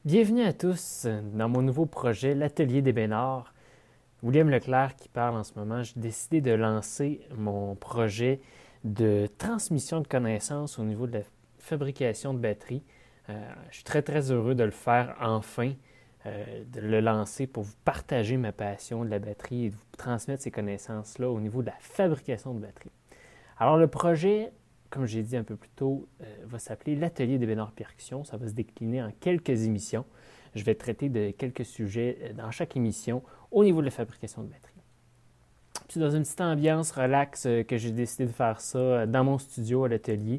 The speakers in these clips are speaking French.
Bienvenue à tous dans mon nouveau projet, l'Atelier d'Ébénard. William Leclerc qui parle en ce moment. J'ai décidé de lancer mon projet de transmission de connaissances au niveau de la fabrication de batteries. Je suis très heureux de le faire enfin, de le lancer pour vous partager ma passion de la batterie et de vous transmettre ces connaissances-là au niveau de la fabrication de batteries. Alors le projet, comme j'ai dit un peu plus tôt, va s'appeler l'Atelier des Bénard Percussion. Ça va se décliner en quelques émissions. Je vais traiter de quelques sujets dans chaque émission au niveau de la fabrication de batterie. Puis dans une petite ambiance relax que j'ai décidé de faire ça dans mon studio à l'atelier,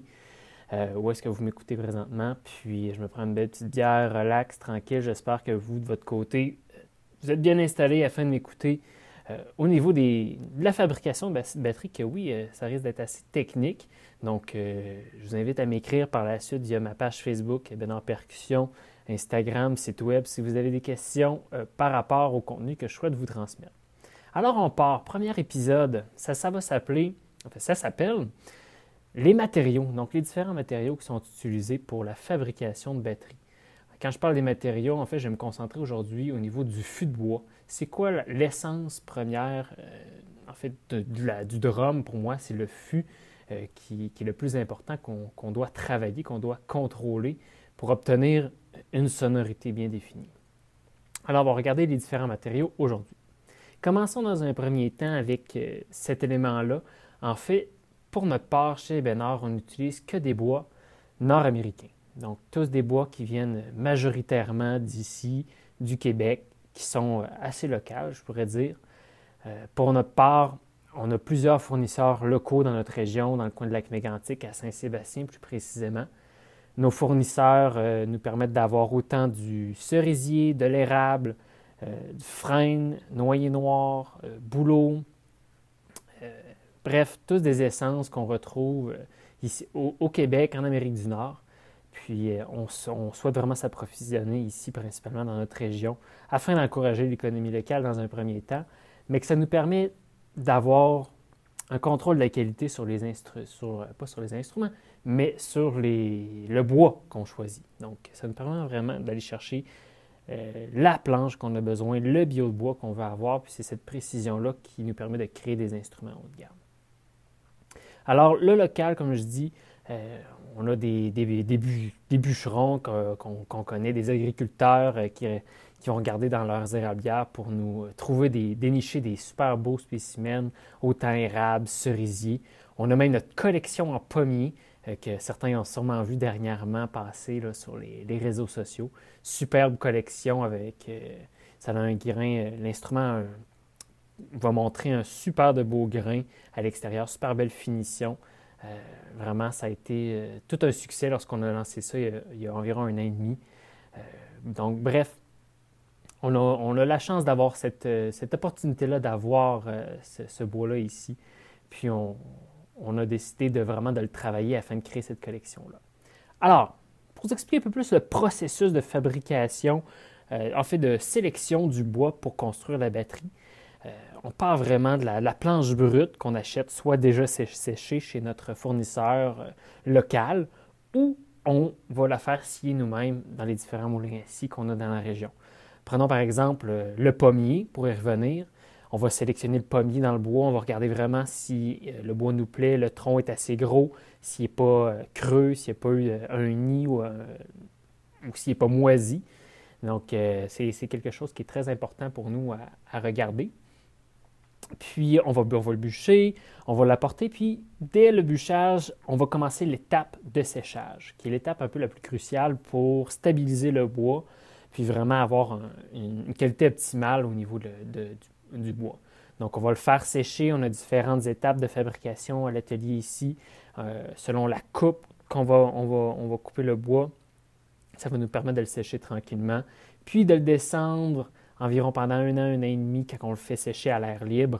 où est-ce que vous m'écoutez présentement. Puis je me prends une belle petite bière relax, tranquille. J'espère que vous, de votre côté, vous êtes bien installés afin de m'écouter. Au niveau de la fabrication de batterie, que oui, ça risque d'être assez technique. Donc, je vous invite à m'écrire par la suite via ma page Facebook, Bénard Percussion, Instagram, site web, si vous avez des questions par rapport au contenu que je souhaite vous transmettre. Alors, on part. Premier épisode, ça va s'appeler, ça s'appelle les matériaux. Donc, les différents matériaux qui sont utilisés pour la fabrication de batteries. Quand je parle des matériaux, en fait, je vais me concentrer aujourd'hui au niveau du fût de bois. C'est quoi l'essence première, en fait, du drum pour moi? C'est le fût qui est le plus important qu'on doit travailler, qu'on doit contrôler pour obtenir une sonorité bien définie. Alors, on va regarder les différents matériaux aujourd'hui. Commençons dans un premier temps avec cet élément-là. En fait, pour notre part, chez Bénard, on n'utilise que des bois nord-américains. Donc, tous des bois qui viennent majoritairement d'ici, du Québec, qui sont assez locaux, je pourrais dire. Pour notre part, on a plusieurs fournisseurs locaux dans notre région, dans le coin de Lac-Mégantic, à Saint-Sébastien plus précisément. Nos fournisseurs nous permettent d'avoir autant du cerisier, de l'érable, du frêne, noyer noir, bouleau, bref, tous des essences qu'on retrouve ici au Québec, en Amérique du Nord. Puis on souhaite vraiment s'approvisionner ici, principalement dans notre région, afin d'encourager l'économie locale dans un premier temps, mais que ça nous permet d'avoir un contrôle de la qualité sur les pas sur les instruments, mais sur le bois qu'on choisit. Donc, ça nous permet vraiment d'aller chercher la planche qu'on a besoin, le bio de bois qu'on veut avoir, puis c'est cette précision-là qui nous permet de créer des instruments haut de gamme. Alors, le local, comme je dis, on a des bûcherons qu'on connaît, des agriculteurs qui vont regarder dans leurs érablières pour nous trouver dénicher des super beaux spécimens, autant érables, cerisiers. On a même notre collection en pommiers que certains ont sûrement vu dernièrement passer là, sur les réseaux sociaux. Superbe collection avec, ça a un grain, l'instrument va montrer un super de beau grain à l'extérieur, super belle finition. Vraiment, ça a été tout un succès lorsqu'on a lancé ça il y a environ un an et demi. Donc, bref, on a la chance d'avoir cette opportunité-là d'avoir ce bois-là ici. Puis, on a décidé vraiment de le travailler afin de créer cette collection-là. Alors, pour vous expliquer un peu plus le processus de fabrication, en fait de sélection du bois pour construire la batterie, on part vraiment de la planche brute qu'on achète soit déjà séchée chez notre fournisseur local ou on va la faire scier nous-mêmes dans les différents moulins à scie qu'on a dans la région. Prenons par exemple le pommier pour y revenir. On va sélectionner le pommier dans le bois, on va regarder vraiment si le bois nous plaît, le tronc est assez gros, s'il n'est pas creux, s'il n'y a pas eu un nid ou s'il n'est pas moisi. Donc, c'est quelque chose qui est très important pour nous à regarder. Puis, on va le bûcher, on va l'apporter, puis dès le bûchage, on va commencer l'étape de séchage, qui est l'étape un peu la plus cruciale pour stabiliser le bois, puis vraiment avoir une qualité optimale au niveau du bois. Donc, on va le faire sécher. On a différentes étapes de fabrication à l'atelier ici, selon la coupe on va couper le bois. Ça va nous permettre de le sécher tranquillement, puis de le descendre environ pendant un an et demi, quand on le fait sécher à l'air libre.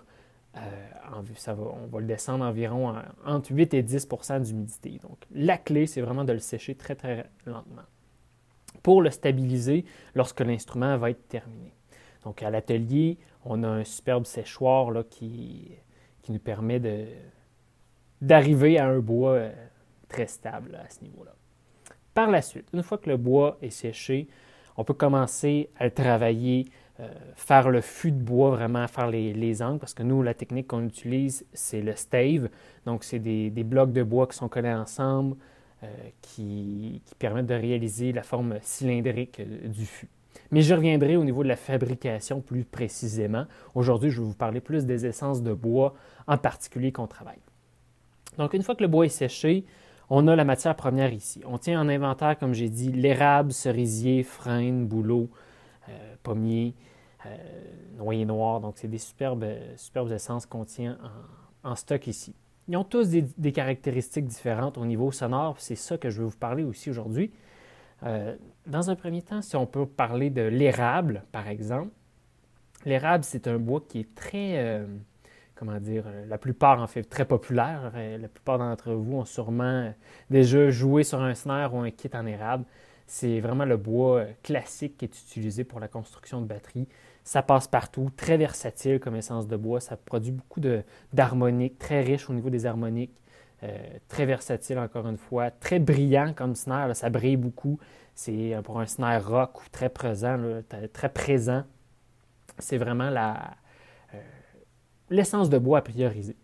On va le descendre environ entre 8 et 10 % d'humidité. Donc, la clé, c'est vraiment de le sécher très lentement pour le stabiliser lorsque l'instrument va être terminé. Donc, à l'atelier, on a un superbe séchoir là, qui nous permet d'arriver à un bois très stable là, à ce niveau-là. Par la suite, une fois que le bois est séché, On peut commencer à le travailler, faire le fût de bois, vraiment faire les angles, parce que nous, la technique qu'on utilise, c'est le stave. Donc, c'est des blocs de bois qui sont collés ensemble, qui permettent de réaliser la forme cylindrique du fût. Mais je reviendrai au niveau de la fabrication plus précisément. Aujourd'hui, je vais vous parler plus des essences de bois en particulier qu'on travaille. Donc, une fois que le bois est séché, on a la matière première ici. On tient en inventaire, comme j'ai dit, l'érable, cerisier, frêne, bouleau, pommier, noyer noir. Donc, c'est des superbes essences qu'on tient en stock ici. Ils ont tous des caractéristiques différentes au niveau sonore. C'est ça que je vais vous parler aussi aujourd'hui. Dans un premier temps, si on peut parler de l'érable, par exemple, l'érable, c'est un bois qui est très, la plupart en fait très populaire. La plupart d'entre vous ont sûrement déjà joué sur un snare ou un kit en érable. C'est vraiment le bois classique qui est utilisé pour la construction de batteries. Ça passe partout, très versatile comme essence de bois. Ça produit beaucoup d'harmoniques, très riche au niveau des harmoniques. Très versatile encore une fois, très brillant comme snare, là, ça brille beaucoup. C'est pour un snare rock ou très présent, là, très présent. C'est vraiment l'essence de bois à prioriser.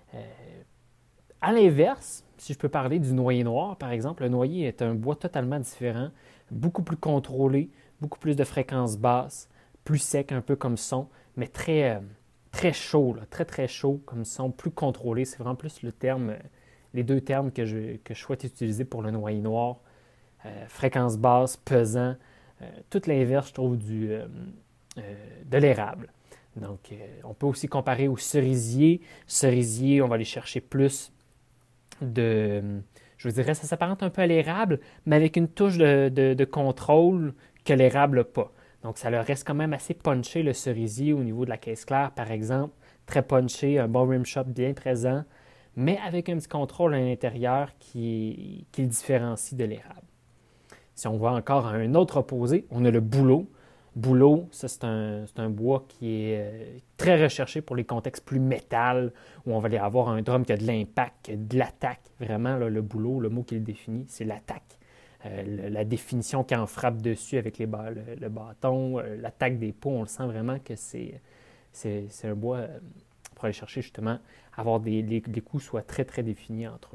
À l'inverse, si je peux parler du noyer noir, par exemple, le noyer est un bois totalement différent, beaucoup plus contrôlé, beaucoup plus de fréquences basses, plus sec un peu comme son, mais très, très chaud, là, très très chaud comme son, plus contrôlé. C'est vraiment plus les deux termes que je souhaite utiliser pour le noyer noir. Fréquence basse, pesant, tout l'inverse, je trouve, de l'érable. Donc, on peut aussi comparer au cerisier. Cerisier, on va aller chercher plus je vous dirais, ça s'apparente un peu à l'érable, mais avec une touche de contrôle que l'érable n'a pas. Donc, ça leur reste quand même assez punché, le cerisier, au niveau de la caisse claire, par exemple. Très punché, un bon rim shot bien présent, mais avec un petit contrôle à l'intérieur qui le différencie de l'érable. Si on voit encore à un autre opposé, on a le bouleau. Bouleau, ça c'est un bois qui est très recherché pour les contextes plus métal, où on va aller avoir un drum qui a de l'impact, qui a de l'attaque. Vraiment, là, le bouleau, le mot qui le définit, c'est l'attaque. La définition quand on frappe dessus avec le bâton, l'attaque des peaux, on le sent vraiment que c'est un bois pour aller chercher justement, avoir les coups soient très très définis entre eux.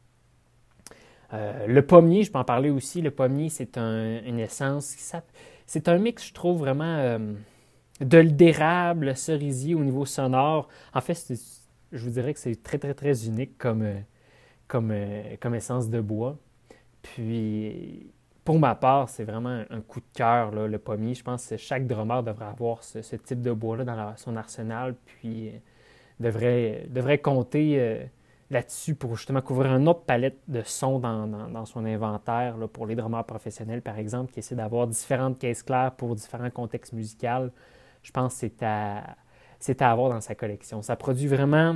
Le pommier, je peux en parler aussi. Le pommier, c'est une essence. C'est un mix, je trouve, vraiment d'érable, cerisier au niveau sonore. En fait, je vous dirais que c'est très, très, très unique comme essence de bois. Puis, pour ma part, c'est vraiment un coup de cœur, là, le pommier. Je pense que chaque drummer devrait avoir ce type de bois-là dans son arsenal, puis devrait compter là-dessus pour justement couvrir une autre palette de sons dans son inventaire, là, pour les drummers professionnels, par exemple, qui essaient d'avoir différentes caisses claires pour différents contextes musicaux. Je pense que c'est à avoir dans sa collection. Ça produit vraiment...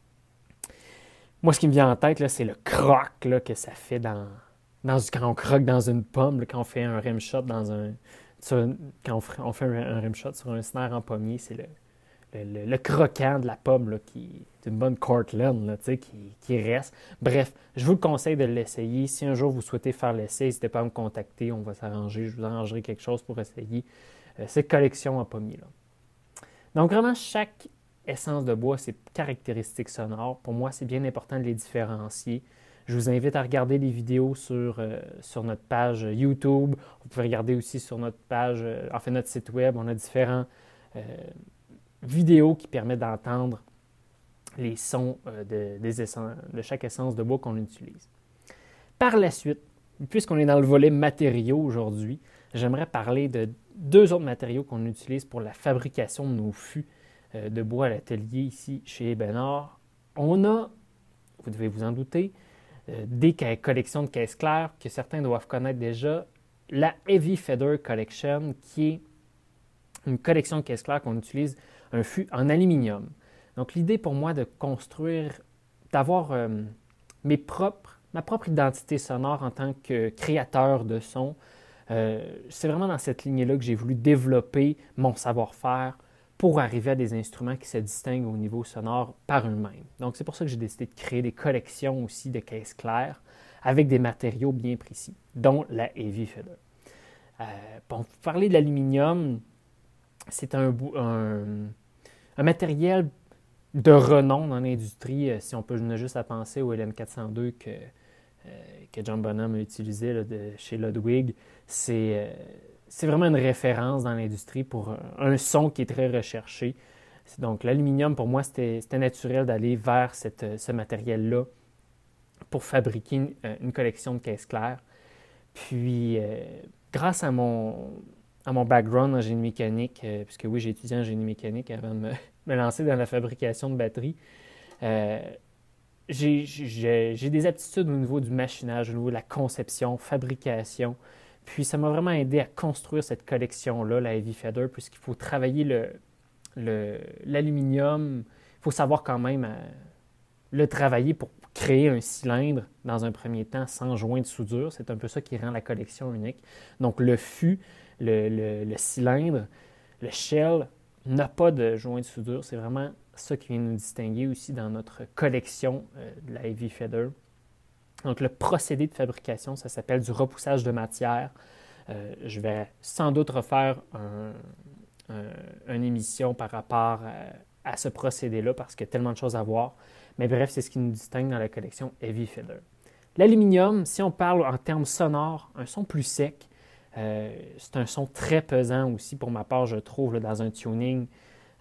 Moi, ce qui me vient en tête, là, c'est le croc là, que ça fait quand on croque dans une pomme, là, quand on fait un rim shot quand on fait un rim shot sur un snare en pommier, c'est le croquant de la pomme là, qui est une bonne Cortland là, qui reste. Bref, je vous le conseille de l'essayer. Si un jour vous souhaitez faire l'essai, n'hésitez pas à me contacter. On va s'arranger. Je vous arrangerai quelque chose pour essayer cette collection en pommier. Là. Donc vraiment, chaque essence de bois, ses caractéristiques sonores. Pour moi, c'est bien important de les différencier. Je vous invite à regarder les vidéos sur notre page YouTube. Vous pouvez regarder aussi sur notre page, notre site web. On a différents vidéos qui permettent d'entendre les sons de chaque essence de bois qu'on utilise. Par la suite, puisqu'on est dans le volet matériaux aujourd'hui, j'aimerais parler de deux autres matériaux qu'on utilise pour la fabrication de nos fûts de bois à l'atelier ici chez Ebenor. On a, vous devez vous en douter, des collections de caisses claires que certains doivent connaître déjà, la Heavy Feather Collection, qui est une collection de caisses claires qu'on utilise un fût en aluminium. Donc l'idée pour moi de construire, d'avoir ma propre identité sonore en tant que créateur de son, c'est vraiment dans cette lignée-là que j'ai voulu développer mon savoir-faire pour arriver à des instruments qui se distinguent au niveau sonore par eux-mêmes. Donc c'est pour ça que j'ai décidé de créer des collections aussi de caisses claires avec des matériaux bien précis, dont la Heavy Feather. Pour parler de l'aluminium, c'est un matériel de renom dans l'industrie. Si on peut juste à penser au LM402 que John Bonham a utilisé là, chez Ludwig, c'est vraiment une référence dans l'industrie pour un son qui est très recherché. Donc l'aluminium, pour moi, c'était naturel d'aller vers ce matériel-là pour fabriquer une collection de caisses claires. Puis, grâce à mon background en génie mécanique, puisque oui, j'ai étudié en génie mécanique avant de me lancer dans la fabrication de batteries, j'ai des aptitudes au niveau du machinage, au niveau de la conception, fabrication. Puis ça m'a vraiment aidé à construire cette collection-là, la Heavy Feather, puisqu'il faut travailler l'aluminium. Il faut savoir quand même le travailler pour créer un cylindre dans un premier temps sans joint de soudure. C'est un peu ça qui rend la collection unique. Donc le fût, le cylindre, le shell n'a pas de joint de soudure. C'est vraiment ça qui vient nous distinguer aussi dans notre collection de la Heavy Feather. Donc le procédé de fabrication, ça s'appelle du repoussage de matière. Je vais sans doute refaire une émission par rapport à ce procédé-là parce qu'il y a tellement de choses à voir. Mais bref, c'est ce qui nous distingue dans la collection Heavy Feather. L'aluminium, si on parle en termes sonores, un son plus sec, c'est un son très pesant aussi pour ma part, je trouve, là, dans un tuning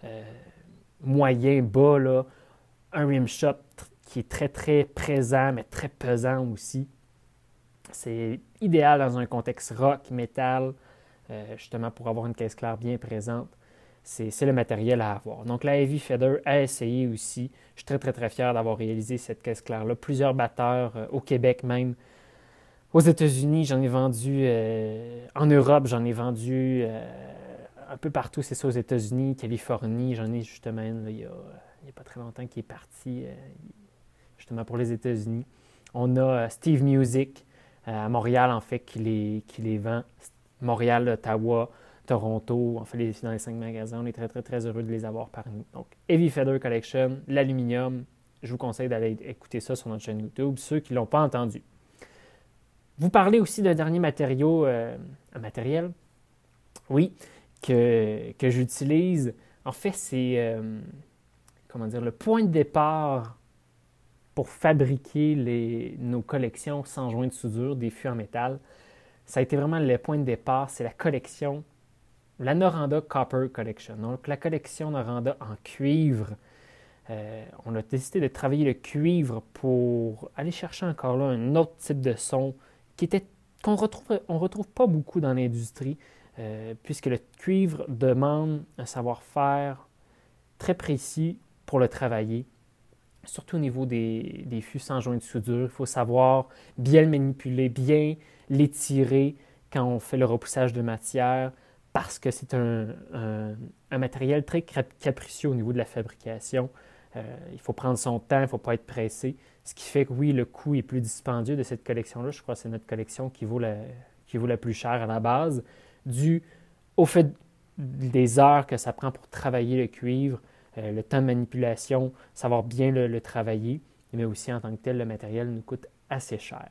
moyen, bas, là, un rimshot qui est très, très présent, mais très pesant aussi. C'est idéal dans un contexte rock, métal, justement pour avoir une caisse claire bien présente. C'est le matériel à avoir. Donc la Heavy Feather a essayé aussi. Je suis très, très, très fier d'avoir réalisé cette caisse claire-là. Plusieurs batteurs, au Québec même. Aux États-Unis, j'en ai vendu. En Europe, j'en ai vendu un peu partout. C'est ça, aux États-Unis, Californie. J'en ai justement une, il y a pas très longtemps qui est parti justement pour les États-Unis. On a Steve Music à Montréal, en fait, qui les vend. Montréal, Ottawa, Toronto, on fait dans les 5 magasins. On est très, très, très heureux de les avoir parmi nous. Donc, Heavy Feather Collection, l'aluminium. Je vous conseille d'aller écouter ça sur notre chaîne YouTube, ceux qui ne l'ont pas entendu. Vous parlez aussi d'un dernier matériel, oui, que j'utilise. En fait, c'est, le point de départ pour fabriquer nos collections sans joint de soudure, des fûts en métal. Ça a été vraiment le point de départ, c'est la collection, la Noranda Copper Collection. Donc, la collection Noranda en cuivre. On a décidé de travailler le cuivre pour aller chercher encore là un autre type de son qu'on retrouve pas beaucoup dans l'industrie, puisque le cuivre demande un savoir-faire très précis pour le travailler. Surtout au niveau des fûts sans joint de soudure. Il faut savoir bien le manipuler, bien l'étirer quand on fait le repoussage de matière, parce que c'est un matériel très capricieux au niveau de la fabrication. Il faut prendre son temps, il ne faut pas être pressé. Ce qui fait que oui, le coût est plus dispendieux de cette collection-là. Je crois que c'est notre collection qui vaut la plus chère à la base, dû au fait des heures que ça prend pour travailler le cuivre, le temps de manipulation, savoir bien le travailler, mais aussi en tant que tel, le matériel nous coûte assez cher.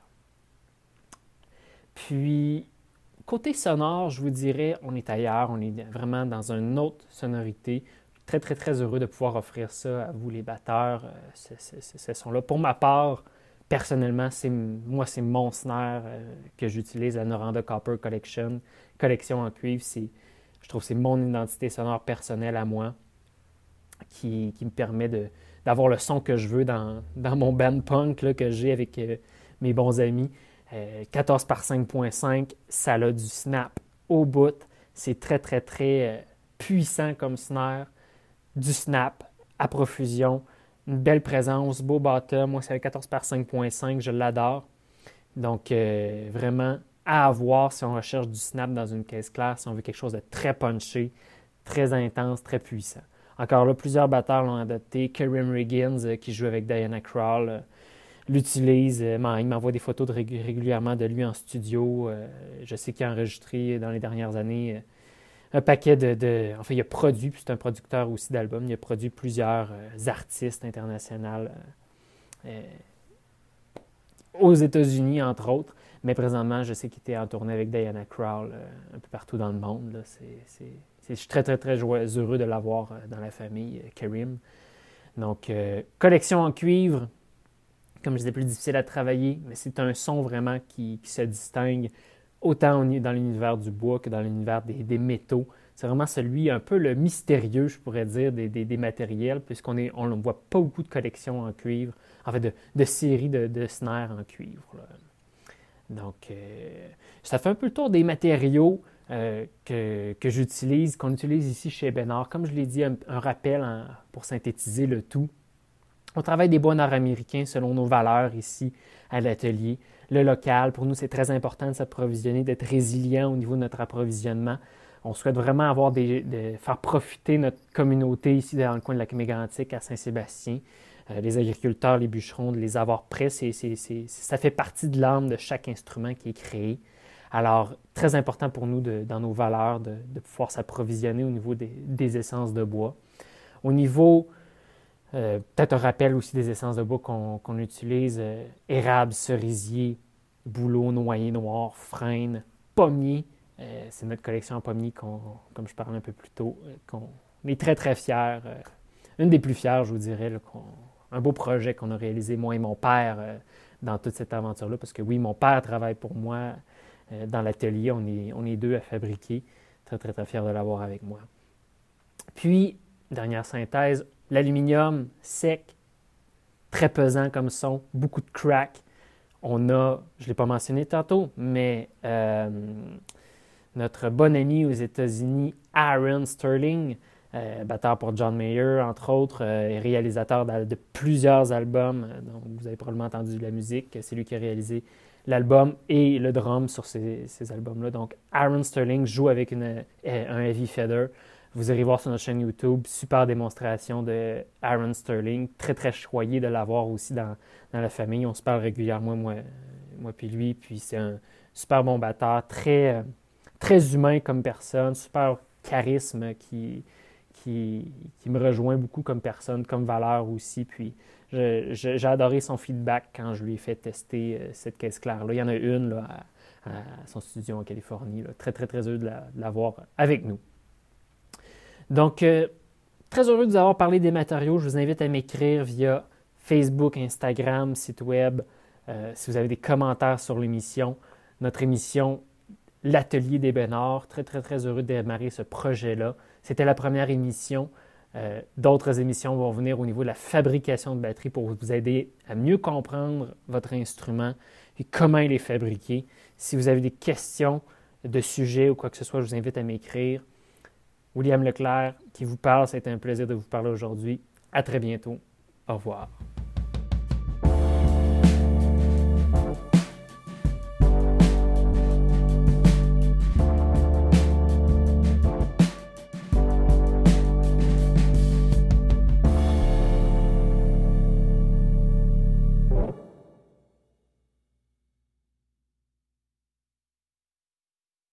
Puis, côté sonore, je vous dirais, on est ailleurs, on est vraiment dans une autre sonorité. Très, très, très heureux de pouvoir offrir ça à vous, les batteurs, ce son-là. Pour ma part, personnellement, c'est mon snare que j'utilise, la Noranda Copper collection en cuivre. Je trouve que c'est mon identité sonore personnelle à moi qui me permet d'avoir le son que je veux dans mon band punk là, que j'ai avec mes bons amis. 14 par 5.5, ça a du snap au bout. C'est très, très, très puissant comme snare. Du snap à profusion, une belle présence, beau bottom. Moi, c'est le 14 par 5.5, je l'adore. Donc, vraiment à avoir si on recherche du snap dans une caisse claire, si on veut quelque chose de très punché, très intense, très puissant. Encore là, plusieurs batteurs l'ont adopté. Karim Riggins, qui joue avec Diana Krall, l'utilise. Il m'envoie des photos régulièrement de lui en studio. Je sais qu'il a enregistré dans les dernières années un paquet Enfin, il a produit, puis c'est un producteur aussi d'albums, il a produit plusieurs artistes internationaux aux États-Unis, entre autres. Mais présentement, je sais qu'il était en tournée avec Diana Krall un peu partout dans le monde. Là. Je suis très, très, très heureux de l'avoir dans la famille, Karim. Donc, collection en cuivre, comme je disais, plus difficile à travailler, mais c'est un son vraiment qui se distingue autant dans l'univers du bois que dans l'univers des métaux. C'est vraiment celui un peu le mystérieux, je pourrais dire, des matériels, puisqu'on ne voit pas beaucoup de collections en cuivre, en fait, de séries de snares en cuivre. Là. Donc, ça fait un peu le tour des matériaux que j'utilise, qu'on utilise ici chez Bénard. Comme je l'ai dit, un rappel pour synthétiser le tout. On travaille des bois nord-américains selon nos valeurs ici à l'atelier. Le local, pour nous, c'est très important de s'approvisionner, d'être résilient au niveau de notre approvisionnement. On souhaite vraiment faire profiter notre communauté ici dans le coin de la Mégantic à Saint-Sébastien. Les agriculteurs, les bûcherons, de les avoir prêts, ça fait partie de l'âme de chaque instrument qui est créé. Alors, très important pour nous, dans nos valeurs, de pouvoir s'approvisionner au niveau des essences de bois. Au niveau, peut-être un rappel aussi des essences de bois qu'on utilise, érable, cerisier, bouleau, noyer noir, frêne, pommier. C'est notre collection en pommier, comme je parlais un peu plus tôt, qu'on est très, très fiers. Une des plus fières, je vous dirais, là, un beau projet qu'on a réalisé, moi et mon père, dans toute cette aventure-là. Parce que oui, mon père travaille pour moi dans l'atelier. On est deux à fabriquer. Très, très, très fiers de l'avoir avec moi. Puis, dernière synthèse, l'aluminium sec, très pesant comme son, beaucoup de crack. On a, je ne l'ai pas mentionné tantôt, mais notre bon ami aux États-Unis, Aaron Sterling, batteur pour John Mayer, entre autres, et réalisateur de plusieurs albums. Donc, vous avez probablement entendu de la musique. C'est lui qui a réalisé l'album et le drum sur ces albums-là. Donc, Aaron Sterling joue avec un heavy feather. Vous irez voir sur notre chaîne YouTube, super démonstration de Aaron Sterling. Très, très choyé de l'avoir aussi dans la famille. On se parle régulièrement, moi puis lui. Puis c'est un super bon batteur, très, très humain comme personne, super charisme qui me rejoint beaucoup comme personne, comme valeur aussi. Puis j'ai adoré son feedback quand je lui ai fait tester cette caisse claire-là. Il y en a une là, à son studio en Californie. Là. Très, très, très heureux de l'avoir avec nous. Donc, très heureux de vous avoir parlé des matériaux. Je vous invite à m'écrire via Facebook, Instagram, site web, si vous avez des commentaires sur l'émission. Notre émission, l'Atelier des Bénards. Très, très, très heureux de démarrer ce projet-là. C'était la première émission. D'autres émissions vont venir au niveau de la fabrication de batteries pour vous aider à mieux comprendre votre instrument et comment il est fabriqué. Si vous avez des questions de sujets ou quoi que ce soit, je vous invite à m'écrire. William Leclerc qui vous parle. C'était un plaisir de vous parler aujourd'hui. À très bientôt. Au revoir.